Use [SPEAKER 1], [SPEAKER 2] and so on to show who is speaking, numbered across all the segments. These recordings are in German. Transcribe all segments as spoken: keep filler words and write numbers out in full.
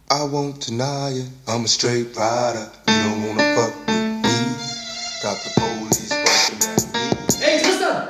[SPEAKER 1] I won't deny it, I'm a straight rider. You don't wanna fuck with me. Got the police barking at me.
[SPEAKER 2] Hey Tristan!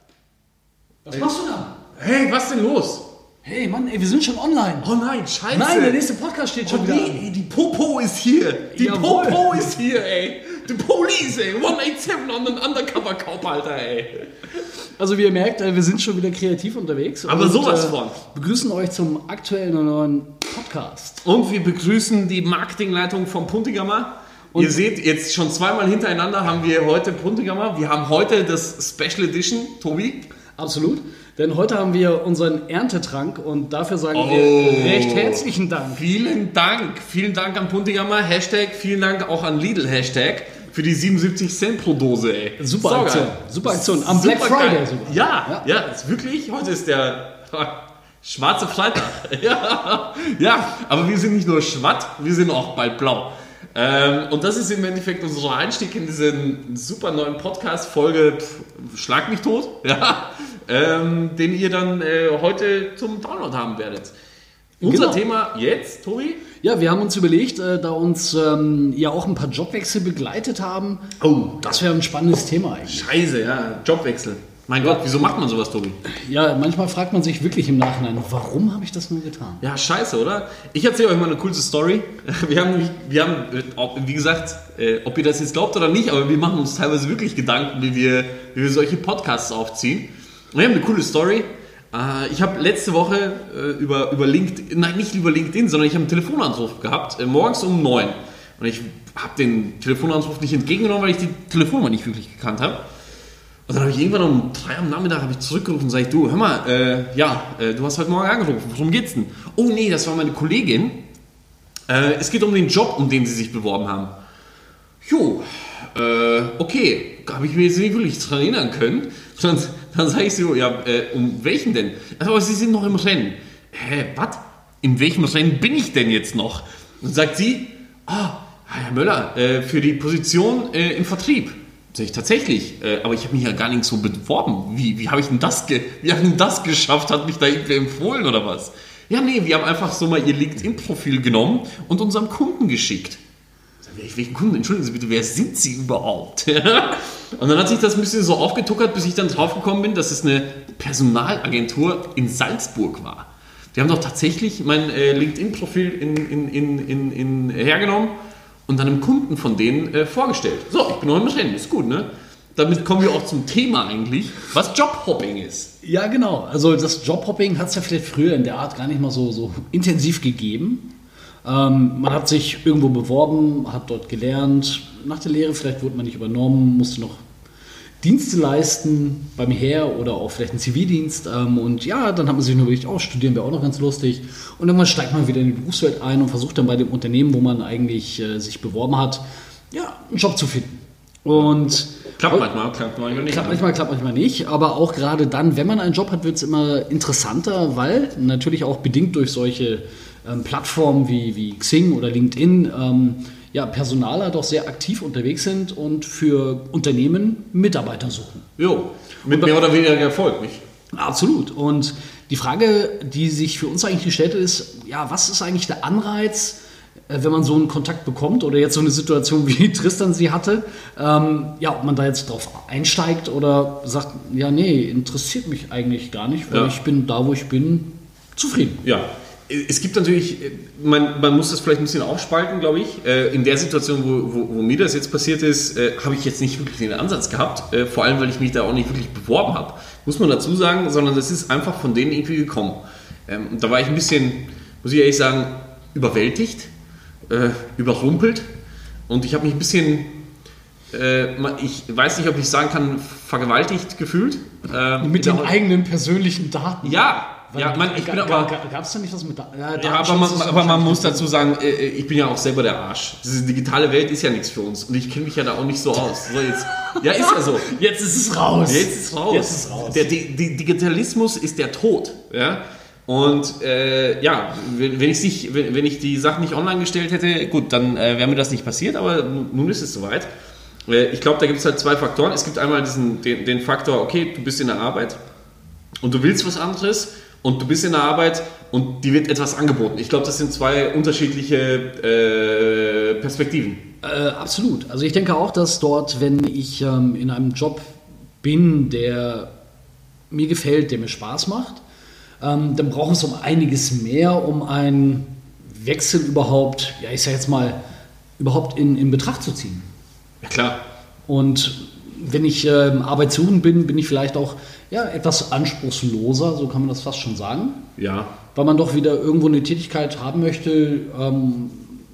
[SPEAKER 2] Was hey. machst du da?
[SPEAKER 3] Hey, was denn los?
[SPEAKER 2] Hey Mann, ey, wir sind schon online.
[SPEAKER 3] Oh nein, scheiße.
[SPEAKER 2] Nein, der nächste Podcast steht schon
[SPEAKER 3] oh,
[SPEAKER 2] wieder
[SPEAKER 3] nee,
[SPEAKER 2] an.
[SPEAKER 3] Ey, die Popo ist hier. Die
[SPEAKER 2] Jawohl.
[SPEAKER 3] Popo ist hier, ey. Die Police, ey. one eighty-seven on den Undercover-Cop, Alter, ey.
[SPEAKER 2] Also wie ihr merkt, wir sind schon wieder kreativ unterwegs.
[SPEAKER 3] Aber
[SPEAKER 2] und,
[SPEAKER 3] sowas
[SPEAKER 2] äh,
[SPEAKER 3] von.
[SPEAKER 2] Begrüßen euch zum aktuellen und neuen Podcast.
[SPEAKER 3] Und wir begrüßen die Marketingleitung vom Puntigammer. Und ihr seht, jetzt schon zweimal hintereinander haben wir heute Puntigammer. Wir haben heute das Special Edition, Tobi.
[SPEAKER 2] Absolut. Denn heute haben wir unseren Erntetrank und dafür sagen
[SPEAKER 3] oh,
[SPEAKER 2] wir recht herzlichen Dank.
[SPEAKER 3] Vielen Dank. Vielen Dank an Puntigammer. Hashtag. Vielen Dank auch an Lidl. Hashtag. Für die siebenundsiebzig Cent pro Dose, ey.
[SPEAKER 2] Super
[SPEAKER 3] so
[SPEAKER 2] Aktion.
[SPEAKER 3] Geil.
[SPEAKER 2] Super Aktion. Am Black
[SPEAKER 3] Super
[SPEAKER 2] Friday
[SPEAKER 3] geil.
[SPEAKER 2] sogar.
[SPEAKER 3] Ja, ja, ja, ist wirklich. Heute ist der schwarze Freitag. ja. ja, aber wir sind nicht nur schwatt, wir sind auch bald blau. Ähm, und das ist im Endeffekt unser Einstieg in diese super neuen Podcast-Folge Schlag mich tot, ja, ähm, den ihr dann äh, heute zum Download haben werdet. Unser genau. Thema jetzt, Tobi?
[SPEAKER 2] Ja, wir haben uns überlegt, äh, da uns ähm, ja auch ein paar Jobwechsel begleitet haben, oh, das wäre ein spannendes Thema eigentlich.
[SPEAKER 3] Scheiße, ja, Jobwechsel. Mein Gott, wieso macht man sowas, Tobi?
[SPEAKER 2] Ja, manchmal fragt man sich wirklich im Nachhinein, warum habe ich das nur getan?
[SPEAKER 3] Ja, scheiße, oder? Ich erzähle euch mal eine coole Story. Wir haben, wir haben, wie gesagt, ob ihr das jetzt glaubt oder nicht, aber wir machen uns teilweise wirklich Gedanken, wie wir, wie wir solche Podcasts aufziehen. Und wir haben eine coole Story. Ich habe letzte Woche über, über LinkedIn, nein, nicht über LinkedIn, sondern ich habe einen Telefonanruf gehabt, morgens um neun. Und ich habe den Telefonanruf nicht entgegengenommen, weil ich die Telefonnummer nicht wirklich gekannt habe. Und dann habe ich irgendwann um drei am Nachmittag habe ich zurückgerufen und sage, du, hör mal, äh, ja, äh, du hast heute Morgen angerufen, worum geht's denn? Oh nee, das war meine Kollegin. Äh, es geht um den Job, um den sie sich beworben haben. Jo, äh, okay, habe ich mir jetzt nicht wirklich daran erinnern können. Dann, dann sage ich so, ja, äh, um welchen denn? Aber sie sind noch im Rennen. Hä, was? In welchem Rennen bin ich denn jetzt noch? Und sagt sie, ah, Herr Möller, äh, für die Position äh, im Vertrieb. Sag ich, tatsächlich, äh, aber ich habe mich ja gar nicht so beworben. Wie, wie habe ich denn das, ge- wie hab ich denn das geschafft? Hat mich da irgendwie empfohlen oder was? Ja, nee, wir haben einfach so mal ihr LinkedIn-Profil genommen und unserem Kunden geschickt. Sag ich, welchen Kunden? Entschuldigen Sie bitte, wer sind Sie überhaupt? Und dann hat sich das ein bisschen so aufgetuckert, bis ich dann draufgekommen bin, dass es eine Personalagentur in Salzburg war. Die haben doch tatsächlich mein äh, LinkedIn-Profil in, in, in, in, in hergenommen und dann einem Kunden von denen äh, vorgestellt. So, ich bin noch im Rennen, ist gut, ne? Damit kommen wir auch zum Thema eigentlich, was Jobhopping ist.
[SPEAKER 2] Ja, genau. Also das Jobhopping hat es ja vielleicht früher in der Art gar nicht mal so, so intensiv gegeben. Ähm, man hat sich irgendwo beworben, hat dort gelernt. Nach der Lehre vielleicht wurde man nicht übernommen, musste noch Dienste leisten beim Heer oder auch vielleicht einen Zivildienst. Ähm, und ja, dann hat man sich nur überlegt, oh, studieren wäre auch noch ganz lustig. Und irgendwann steigt man wieder in die Berufswelt ein und versucht dann bei dem Unternehmen, wo man eigentlich äh, sich beworben hat, ja, einen Job zu finden. Und
[SPEAKER 3] klappt manchmal, klappt manchmal nicht.
[SPEAKER 2] Klappt manchmal, klappt manchmal nicht. Aber auch gerade dann, wenn man einen Job hat, wird es immer interessanter, weil natürlich auch bedingt durch solche ähm, Plattformen wie, wie Xing oder LinkedIn ähm, ja, Personaler doch sehr aktiv unterwegs sind und für Unternehmen Mitarbeiter suchen.
[SPEAKER 3] Jo, mit mehr oder weniger Erfolg, nicht?
[SPEAKER 2] Absolut. Und die Frage, die sich für uns eigentlich gestellt hat, ist, ja, was ist eigentlich der Anreiz, wenn man so einen Kontakt bekommt oder jetzt so eine Situation wie Tristan sie hatte, ähm, ja, ob man da jetzt drauf einsteigt oder sagt, ja, nee, interessiert mich eigentlich gar nicht, weil ja. ich bin da, wo ich bin, zufrieden.
[SPEAKER 3] Ja. Es gibt natürlich, man, man muss das vielleicht ein bisschen aufspalten, glaube ich. In der Situation, wo, wo, wo mir das jetzt passiert ist, habe ich jetzt nicht wirklich den Ansatz gehabt. Vor allem, weil ich mich da auch nicht wirklich beworben habe. Muss man dazu sagen, sondern das ist einfach von denen irgendwie gekommen. Und da war ich ein bisschen, muss ich ehrlich sagen, überwältigt, überrumpelt. Und ich habe mich ein bisschen, ich weiß nicht, ob ich sagen kann, vergewaltigt gefühlt.
[SPEAKER 2] Mit den eigenen persönlichen Daten?
[SPEAKER 3] Ja. Ja, man, ich bin aber,
[SPEAKER 2] gab es da nicht was mit da, ja,
[SPEAKER 3] ja, aber man, aber man muss dazu sagen, ich bin ja auch selber der Arsch. Diese digitale Welt ist ja nichts für uns und ich kenne mich ja da auch nicht so aus. So jetzt, ja, ist ja so.
[SPEAKER 2] Jetzt ist es raus.
[SPEAKER 3] Jetzt ist es raus.
[SPEAKER 2] Jetzt ist es raus.
[SPEAKER 3] Der die, die Digitalismus ist der Tod. Ja? Und äh, ja, wenn, wenn, ich nicht, wenn, wenn ich die Sachen nicht online gestellt hätte, gut, dann äh, wäre mir das nicht passiert, aber nun ist es soweit. Äh, ich glaube, da gibt es halt zwei Faktoren. Es gibt einmal diesen, den, den Faktor, okay, du bist in der Arbeit und du willst was anderes. und du bist in der Arbeit und dir wird etwas angeboten. Ich glaube, das sind zwei unterschiedliche äh, Perspektiven.
[SPEAKER 2] Äh, absolut. Also ich denke auch, dass dort, wenn ich ähm, in einem Job bin, der mir gefällt, der mir Spaß macht, ähm, dann braucht es um einiges mehr, um einen Wechsel überhaupt, ja ich sag jetzt mal, überhaupt in, in Betracht zu ziehen.
[SPEAKER 3] Ja klar.
[SPEAKER 2] Und wenn ich ähm, arbeitssuchend bin, bin ich vielleicht auch ja, etwas anspruchsloser, so kann man das fast schon sagen.
[SPEAKER 3] Ja.
[SPEAKER 2] Weil man doch wieder irgendwo eine Tätigkeit haben möchte, ähm,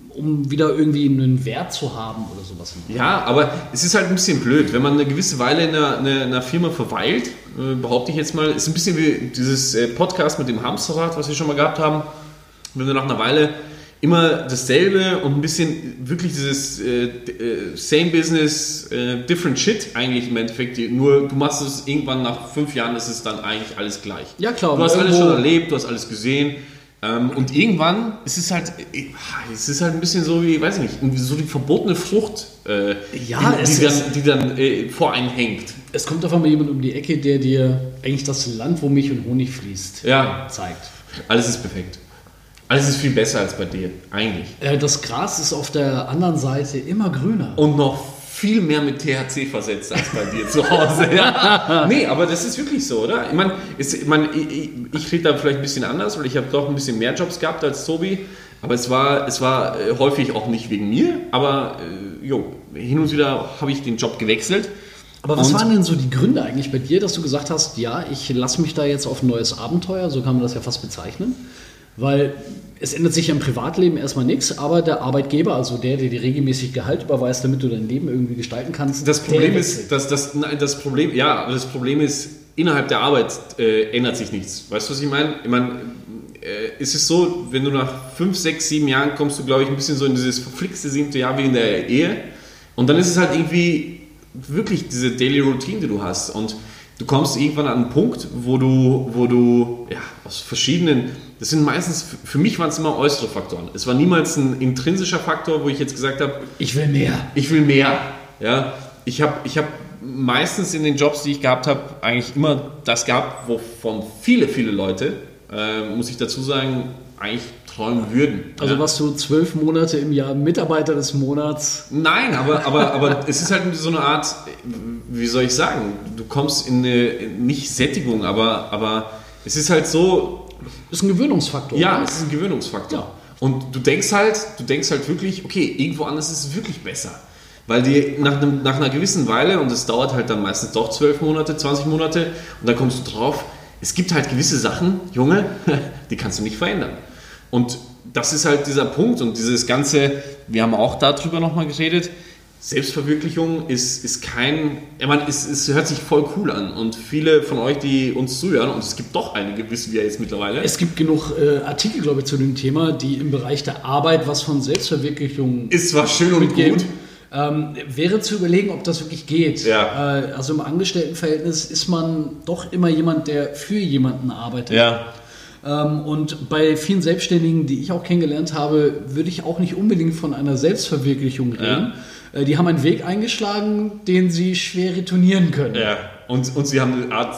[SPEAKER 2] um wieder irgendwie einen Wert zu haben oder sowas.
[SPEAKER 3] Ja, aber es ist halt ein bisschen blöd, wenn man eine gewisse Weile in einer, einer, einer Firma verweilt, äh, behaupte ich jetzt mal, ist ein bisschen wie dieses äh, Podcast mit dem Hamsterrad, was wir schon mal gehabt haben. Wenn du nach einer Weile immer dasselbe und ein bisschen wirklich dieses äh, äh, same business, äh, different shit eigentlich im Endeffekt, nur du machst es irgendwann nach fünf Jahren, ist es dann eigentlich alles gleich.
[SPEAKER 2] Ja klar.
[SPEAKER 3] Du hast alles schon erlebt, du hast alles gesehen. Ähm, und irgendwann ist es halt, es ist halt ein bisschen so wie, weiß ich nicht, so die verbotene Frucht, äh,
[SPEAKER 2] ja,
[SPEAKER 3] die,
[SPEAKER 2] es
[SPEAKER 3] die dann,
[SPEAKER 2] ist,
[SPEAKER 3] die dann äh, vor einen hängt.
[SPEAKER 2] Es kommt auf einmal jemand um die Ecke, der dir eigentlich das Land, wo Milch und Honig fließt,
[SPEAKER 3] ja.
[SPEAKER 2] zeigt.
[SPEAKER 3] Alles ist perfekt. Alles ist viel besser als bei dir, eigentlich.
[SPEAKER 2] Äh, das Gras ist auf der anderen Seite immer grüner.
[SPEAKER 3] Und noch viel mehr mit T H C versetzt als bei dir zu Hause. Ja. Nee, aber das ist wirklich so, oder? Ich meine, ich, mein, ich, ich rede da vielleicht ein bisschen anders, weil ich habe doch ein bisschen mehr Jobs gehabt als Tobi. Aber es war, es war häufig auch nicht wegen mir. Aber äh, jo, hin und wieder habe ich den Job gewechselt.
[SPEAKER 2] Aber was
[SPEAKER 3] und
[SPEAKER 2] waren denn so die Gründe eigentlich bei dir, dass du gesagt hast, ja, ich lasse mich da jetzt auf ein neues Abenteuer, so kann man das ja fast bezeichnen. Weil es ändert sich ja im Privatleben erstmal nichts, aber der Arbeitgeber, also der, der dir regelmäßig Gehalt überweist, damit du dein Leben irgendwie gestalten kannst.
[SPEAKER 3] Das Problem ist, dass das, nein, das Problem, ja, das Problem ist, innerhalb der Arbeit äh, ändert sich nichts. Weißt du, was ich meine? Ich meine, äh, es ist so, wenn du nach fünf, sechs, sieben Jahren kommst du, glaube ich, ein bisschen so in dieses verflixte siebte Jahr wie in der Ehe. Und dann ist es halt irgendwie wirklich diese Daily Routine, die du hast. Und du kommst irgendwann an einen Punkt, wo du, wo du ja, aus verschiedenen, das sind meistens, für mich waren es immer äußere Faktoren. Es war niemals ein intrinsischer Faktor, wo ich jetzt gesagt habe,
[SPEAKER 2] ich will mehr.
[SPEAKER 3] Ich will mehr. Ja, ich habe ich hab meistens in den Jobs, die ich gehabt habe, eigentlich immer das gehabt, wovon viele, viele Leute, äh, muss ich dazu sagen, eigentlich träumen würden.
[SPEAKER 2] Also
[SPEAKER 3] ja.
[SPEAKER 2] warst du zwölf Monate im Jahr Mitarbeiter des Monats?
[SPEAKER 3] Nein, aber, aber, aber es ist halt so eine Art, wie soll ich sagen, du kommst in eine, nicht Sättigung, aber, aber es ist halt so...
[SPEAKER 2] Das ist ein Gewöhnungsfaktor.
[SPEAKER 3] Ja,
[SPEAKER 2] oder?
[SPEAKER 3] es ist ein Gewöhnungsfaktor.
[SPEAKER 2] Ja.
[SPEAKER 3] Und du denkst halt, du denkst halt wirklich, okay, irgendwo anders ist es wirklich besser. Weil die nach, einem, nach einer gewissen Weile, und es dauert halt dann meistens doch zwölf Monate, zwanzig Monate, und dann kommst du drauf, es gibt halt gewisse Sachen, Junge, die kannst du nicht verändern. Und das ist halt dieser Punkt und dieses ganze, wir haben auch darüber nochmal geredet, Selbstverwirklichung ist, ist kein, ich meine, es, es hört sich voll cool an und viele von euch, die uns zuhören, und es gibt doch einige, wissen wir jetzt mittlerweile.
[SPEAKER 2] Es gibt genug äh, Artikel, glaube ich, zu dem Thema, die im Bereich der Arbeit was von Selbstverwirklichung
[SPEAKER 3] ist zwar schön und
[SPEAKER 2] mitgeben.
[SPEAKER 3] gut.
[SPEAKER 2] Ähm, wäre zu überlegen, ob das wirklich geht.
[SPEAKER 3] Ja.
[SPEAKER 2] Äh, also im Angestelltenverhältnis ist man doch immer jemand, der für jemanden arbeitet.
[SPEAKER 3] Ja.
[SPEAKER 2] Ähm, und bei vielen Selbstständigen, die ich auch kennengelernt habe, würde ich auch nicht unbedingt von einer Selbstverwirklichung reden. Ja. Äh, die haben einen Weg eingeschlagen, den sie schwer retournieren können.
[SPEAKER 3] Ja. Und, und sie haben eine Art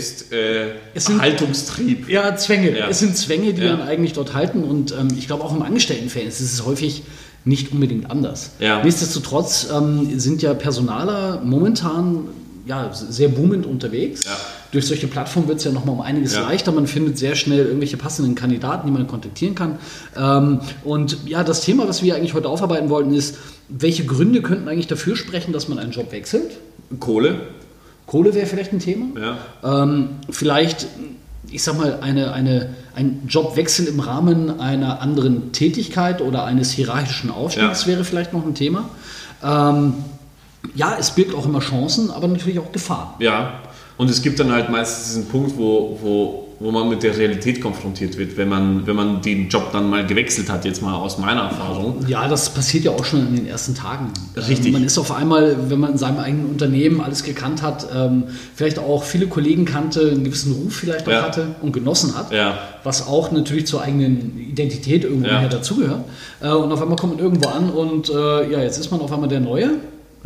[SPEAKER 3] Selbsterhaltungstrieb.
[SPEAKER 2] Äh, ja, Zwänge.
[SPEAKER 3] Ja.
[SPEAKER 2] Es sind Zwänge, die
[SPEAKER 3] Ja.
[SPEAKER 2] dann eigentlich dort halten. Und ähm, ich glaube, auch im Angestelltenverhältnis ist es häufig nicht unbedingt anders.
[SPEAKER 3] Ja.
[SPEAKER 2] Nichtsdestotrotz ähm, sind ja Personaler momentan ja, sehr boomend unterwegs.
[SPEAKER 3] Ja.
[SPEAKER 2] Durch solche Plattformen wird es ja nochmal um einiges
[SPEAKER 3] Ja.
[SPEAKER 2] leichter. Man findet sehr schnell irgendwelche passenden Kandidaten, die man kontaktieren kann. Ähm, und ja, das Thema, was wir eigentlich heute aufarbeiten wollten, ist, welche Gründe könnten eigentlich dafür sprechen, dass man einen Job wechselt?
[SPEAKER 3] Kohle.
[SPEAKER 2] Kohle wäre vielleicht ein Thema.
[SPEAKER 3] Ja.
[SPEAKER 2] Ähm, vielleicht, ich sag mal, eine, eine, ein Jobwechsel im Rahmen einer anderen Tätigkeit oder eines hierarchischen Aufstiegs
[SPEAKER 3] Ja.
[SPEAKER 2] wäre vielleicht noch ein Thema. Ähm, ja, es birgt auch immer Chancen, aber natürlich auch Gefahren.
[SPEAKER 3] Ja, und es gibt dann halt meistens diesen Punkt, wo, wo, wo man mit der Realität konfrontiert wird, wenn man, wenn man den Job dann mal gewechselt hat, jetzt mal aus meiner Erfahrung.
[SPEAKER 2] Ja, das passiert ja auch schon in den ersten Tagen.
[SPEAKER 3] Richtig.
[SPEAKER 2] Ähm, man ist auf einmal, wenn man in seinem eigenen Unternehmen alles gekannt hat, ähm, vielleicht auch viele Kollegen kannte, einen gewissen Ruf vielleicht auch
[SPEAKER 3] Ja.
[SPEAKER 2] hatte und genossen hat,
[SPEAKER 3] Ja.
[SPEAKER 2] was auch natürlich zur eigenen Identität irgendwo
[SPEAKER 3] Ja.
[SPEAKER 2] her dazugehört. Äh, und auf einmal kommt man irgendwo an und äh, ja, jetzt ist man auf einmal der Neue.
[SPEAKER 3] Ja.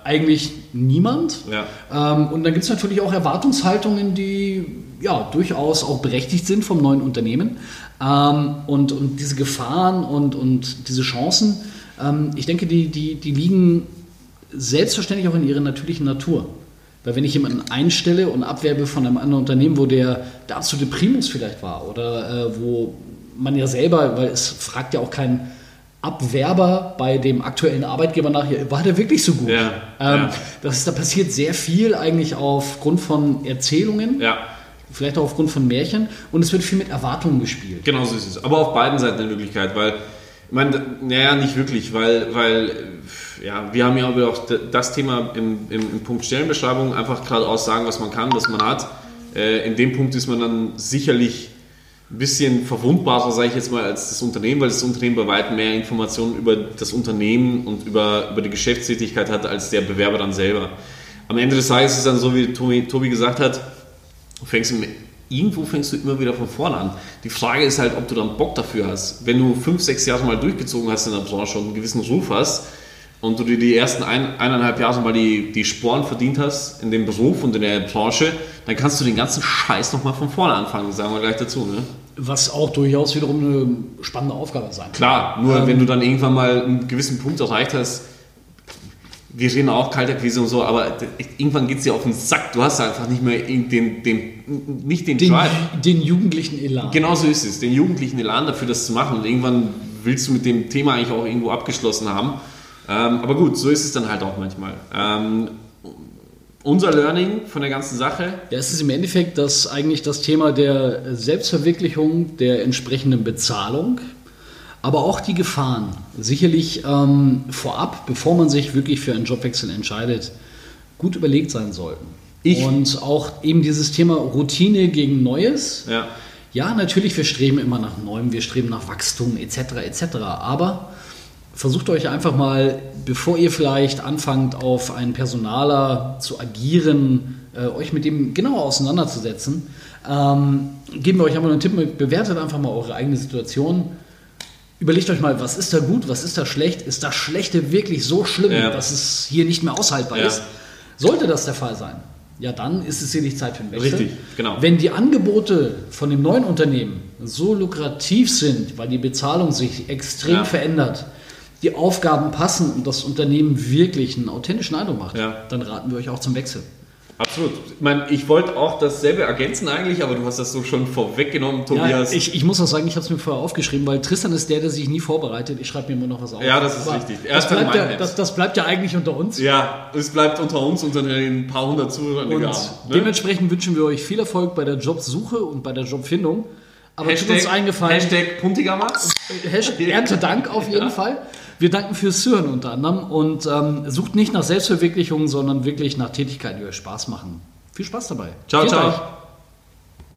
[SPEAKER 2] eigentlich niemand.
[SPEAKER 3] Ja.
[SPEAKER 2] Ähm, und dann gibt es natürlich auch Erwartungshaltungen, die ja durchaus auch berechtigt sind vom neuen Unternehmen. Ähm, und, und diese Gefahren und, und diese Chancen, ähm, ich denke, die, die, die liegen selbstverständlich auch in ihrer natürlichen Natur. Weil wenn ich jemanden einstelle und abwerbe von einem anderen Unternehmen, wo der, der absolute Primus vielleicht war oder äh, wo man ja selber, weil es fragt ja auch kein Abwerber bei dem aktuellen Arbeitgeber nach, war der wirklich so gut?
[SPEAKER 3] Ja,
[SPEAKER 2] ähm,
[SPEAKER 3] ja.
[SPEAKER 2] Das ist, da passiert sehr viel eigentlich aufgrund von Erzählungen,
[SPEAKER 3] Ja.
[SPEAKER 2] vielleicht auch aufgrund von Märchen und es wird viel mit Erwartungen gespielt.
[SPEAKER 3] Genau so ist es. Aber auf beiden Seiten in Wirklichkeit, weil, ich meine, naja, nicht wirklich, weil, weil ja, wir haben ja auch das Thema im, im, im Punkt Stellenbeschreibung, einfach geradeaus sagen, was man kann, was man hat. Äh, in dem Punkt ist man dann sicherlich ein bisschen verwundbarer, sage ich jetzt mal, als das Unternehmen, weil das Unternehmen bei weitem mehr Informationen über das Unternehmen und über, über die Geschäftstätigkeit hat, als der Bewerber dann selber. Am Ende des Tages ist es dann so, wie Tobi, Tobi gesagt hat, du fängst im Irgendwo fängst du immer wieder von vorne an. Die Frage ist halt, ob du dann Bock dafür hast. Wenn du fünf, sechs Jahre mal durchgezogen hast in der Branche und einen gewissen Ruf hast und du dir die ersten ein, eineinhalb Jahre mal die, die Sporen verdient hast in dem Beruf und in der Branche, dann kannst du den ganzen Scheiß nochmal von vorne anfangen, sagen wir gleich dazu. Ne?
[SPEAKER 2] Was auch durchaus wiederum eine spannende Aufgabe sein kann.
[SPEAKER 3] Klar, nur
[SPEAKER 2] Ähm,
[SPEAKER 3] wenn du dann irgendwann mal einen gewissen Punkt erreicht hast, wir reden auch Kaltakquise und so, aber irgendwann geht es dir auf den Sack. Du hast einfach nicht mehr den, den, nicht den,
[SPEAKER 2] Den,
[SPEAKER 3] Drive.
[SPEAKER 2] den jugendlichen Elan.
[SPEAKER 3] Genau so ist es, den jugendlichen Elan dafür, das zu machen. Und irgendwann willst du mit dem Thema eigentlich auch irgendwo abgeschlossen haben. Ähm, aber gut, so ist es dann halt auch manchmal. Ähm, unser Learning von der ganzen Sache.
[SPEAKER 2] Ja, es ist im Endeffekt das eigentlich das Thema der Selbstverwirklichung, der entsprechenden Bezahlung, aber auch die Gefahren. Sicherlich ähm, vorab, bevor man sich wirklich für einen Jobwechsel entscheidet, gut überlegt sein sollten.
[SPEAKER 3] Ich-
[SPEAKER 2] Und auch eben dieses Thema Routine gegen Neues.
[SPEAKER 3] Ja.
[SPEAKER 2] Ja, natürlich, wir streben immer nach Neuem, wir streben nach Wachstum et cetera et cetera. Aber versucht euch einfach mal, bevor ihr vielleicht anfangt, auf einen Personaler zu agieren, äh, euch mit dem genauer auseinanderzusetzen. Ähm, geben wir euch einfach einen Tipp mit, bewertet einfach mal eure eigene Situation. Überlegt euch mal, was ist da gut, was ist da schlecht? Ist das Schlechte wirklich so schlimm,
[SPEAKER 3] Ja.
[SPEAKER 2] dass es hier nicht mehr aushaltbar
[SPEAKER 3] Ja.
[SPEAKER 2] ist? Sollte das der Fall sein, ja, dann ist es sicherlich Zeit für einen Wechsel.
[SPEAKER 3] Richtig, genau.
[SPEAKER 2] Wenn die Angebote von dem neuen Unternehmen so lukrativ sind, weil die Bezahlung sich extrem
[SPEAKER 3] Ja.
[SPEAKER 2] verändert, die Aufgaben passen und das Unternehmen wirklich einen authentischen Eindruck macht,
[SPEAKER 3] Ja.
[SPEAKER 2] dann raten wir euch auch zum Wechsel.
[SPEAKER 3] Absolut. Ich meine, ich wollte auch dasselbe ergänzen eigentlich, aber du hast das so schon vorweggenommen,
[SPEAKER 2] Ja,
[SPEAKER 3] Tobias.
[SPEAKER 2] ich, ich muss auch sagen, ich habe es mir vorher aufgeschrieben, weil Tristan ist der, der sich nie vorbereitet. Ich schreibe mir immer noch was auf.
[SPEAKER 3] Ja, das ist
[SPEAKER 2] Aber
[SPEAKER 3] richtig. Er
[SPEAKER 2] Das
[SPEAKER 3] ist dann
[SPEAKER 2] bleibt,
[SPEAKER 3] mein
[SPEAKER 2] ja,
[SPEAKER 3] Netz.
[SPEAKER 2] das, das bleibt ja eigentlich unter uns.
[SPEAKER 3] Ja, es bleibt unter uns, unter den paar hundert Zuhörern, die
[SPEAKER 2] Und
[SPEAKER 3] wir haben. Ne?
[SPEAKER 2] dementsprechend wünschen wir euch viel Erfolg bei der Jobsuche und bei der Jobfindung. Aber tut uns
[SPEAKER 3] Hashtag,
[SPEAKER 2] eingefallen,
[SPEAKER 3] Hashtag Puntigammer.
[SPEAKER 2] Hashtag Erntedank auf jeden
[SPEAKER 3] Ja.
[SPEAKER 2] Fall. Wir danken fürs Zuhören unter anderem und ähm, sucht nicht nach Selbstverwirklichung, sondern wirklich nach Tätigkeiten, die euch Spaß machen. Viel Spaß dabei.
[SPEAKER 3] Ciao,
[SPEAKER 2] Vielen
[SPEAKER 3] ciao.
[SPEAKER 2] Dank.